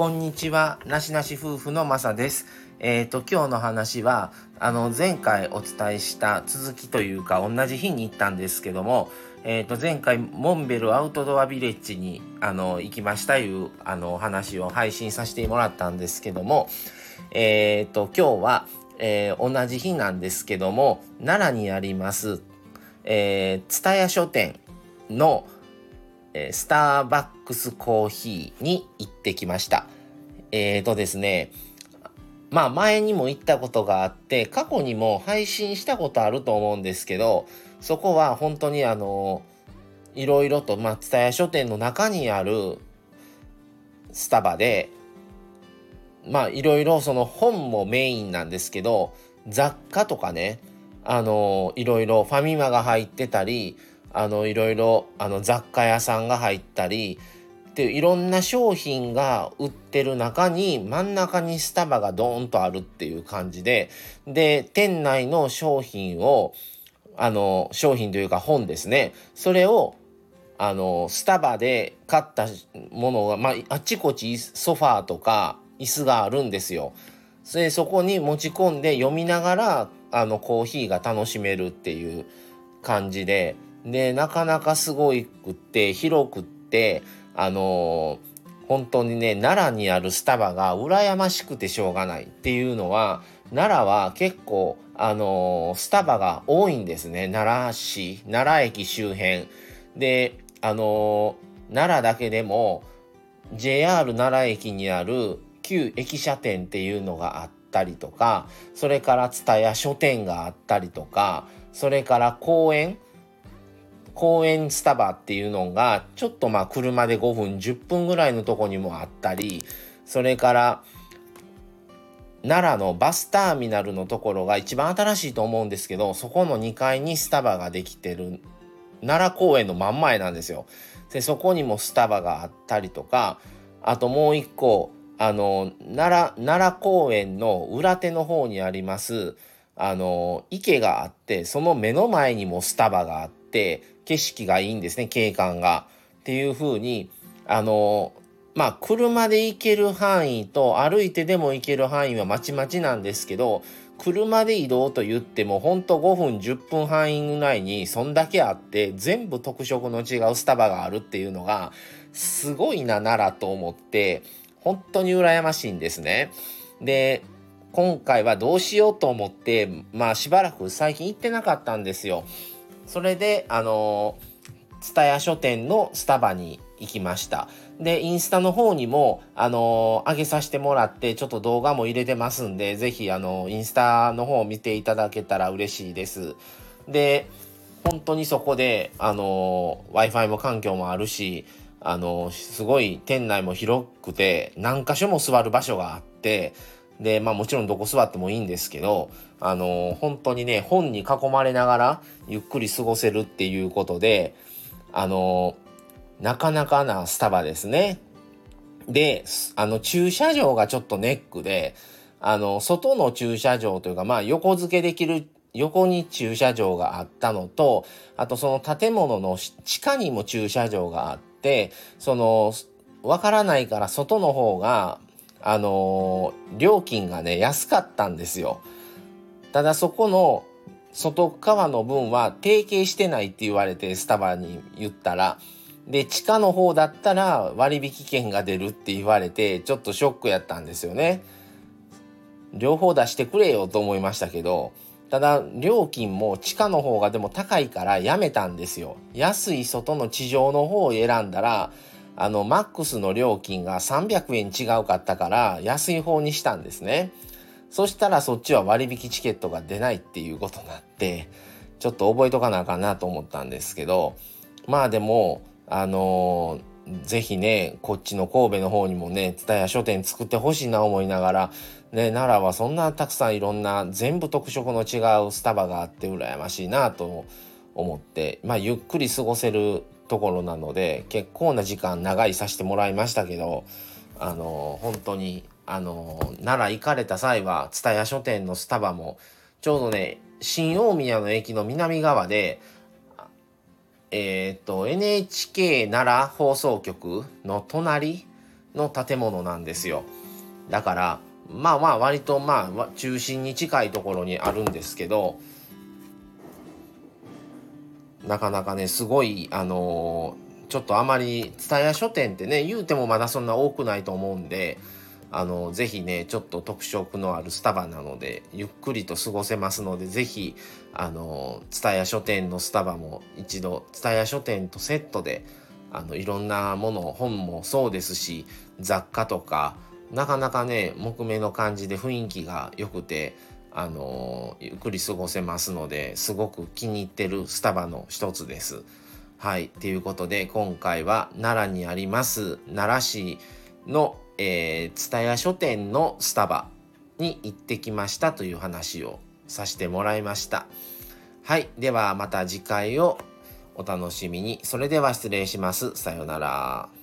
こんにちは、なしなし夫婦のまさです。今日の話は前回お伝えした続きというか同じ日に行ったんですけども、前回モンベルアウトドアビレッジに行きましたいう話を配信させてもらったんですけども、今日は、同じ日なんですけども、奈良にあります蔦屋書店のスターバックスコーヒーに行ってきました。ですね、前にも行ったことがあって過去にも配信したことあると思うんですけど、そこは本当にいろいろと蔦屋書店の中にあるスタバでいろいろその本もメインなんですけど、雑貨とかね、いろいろファミマが入ってたり、いろいろ雑貨屋さんが入ったりっていういろんな商品が売ってる中に真ん中にスタバがドーンとあるっていう感じで、店内の商品を商品というか本ですね、それをスタバで買ったものがあちこちソファーとか椅子があるんですよ。そこに持ち込んで読みながらコーヒーが楽しめるっていう感じで、なかなかすごいくって広くって、本当にね、奈良にあるスタバが羨ましくてしょうがないっていうのは、奈良は結構スタバが多いんですね。奈良駅周辺で、奈良だけでも JR 奈良駅にある旧駅舎店っていうのがあったりとか、それから蔦屋書店があったりとか、それから公園スタバっていうのがちょっと車で5分10分ぐらいのとこにもあったり、それから奈良のバスターミナルのところが一番新しいと思うんですけど、そこの2階にスタバができてる、奈良公園の真ん前なんですよ。でそこにもスタバがあったりとか、あともう一個奈良公園の裏手の方にあります池があって、その目の前にもスタバがあって景色がいいんですね、景観が。っていう風に車で行ける範囲と歩いてでも行ける範囲はまちまちなんですけど、車で移動と言ってもほんと5分10分範囲内にそんだけあって、全部特色の違うスタバがあるっていうのがすごいな奈良と思って、本当に羨ましいんですね。で今回はどうしようと思ってしばらく最近行ってなかったんですよ。それで蔦屋書店のスタバに行きました。でインスタの方にも上げさせてもらって、ちょっと動画も入れてますんで、ぜひインスタの方を見ていただけたら嬉しいです。で本当にそこでWi-Fi も環境もあるし、すごい店内も広くて何箇所も座る場所があって、でもちろんどこ座ってもいいんですけど、本当にね、本に囲まれながらゆっくり過ごせるっていうことでなかなかなスタバですね。で駐車場がちょっとネックで、外の駐車場というか横付けできる横に駐車場があったのと、あとその建物の地下にも駐車場があって、わからないから外の方が料金がね安かったんですよ。ただそこの外側の分は提携してないって言われて、スタバに言ったら、で地下の方だったら割引券が出るって言われて、ちょっとショックやったんですよね。両方出してくれよと思いましたけど、ただ料金も地下の方がでも高いからやめたんですよ。安い外の地上の方を選んだらマックスの料金が300円違うかったから安い方にしたんですね。そしたらそっちは割引チケットが出ないっていうことになって、ちょっと覚えとかなあかんなと思ったんですけど、でもぜひね、こっちの神戸の方にもね蔦屋書店作ってほしいな思いながらね、奈良はそんなたくさんいろんな全部特色の違うスタバがあって羨ましいなと思って、ゆっくり過ごせるところなので結構な時間長居させてもらいましたけど、本当に奈良行かれた際は蔦屋書店のスタバもちょうどね、新大宮の駅の南側でNHK 奈良放送局の隣の建物なんですよ。だから割と中心に近いところにあるんですけど、なかなかねすごいちょっとあまり蔦屋書店ってね言うてもまだそんな多くないと思うんで、ぜひねちょっと特色のあるスタバなのでゆっくりと過ごせますので、ぜひ蔦屋書店のスタバも一度蔦屋書店とセットでいろんなもの、本もそうですし雑貨とか、なかなかね木目の感じで雰囲気が良くてゆっくり過ごせますので、すごく気に入ってるスタバの一つです。はい、ということで今回は奈良にあります奈良市の蔦屋書店のスタバに行ってきましたという話をさせてもらいました。はい、ではまた次回をお楽しみに。それでは失礼します。さようなら。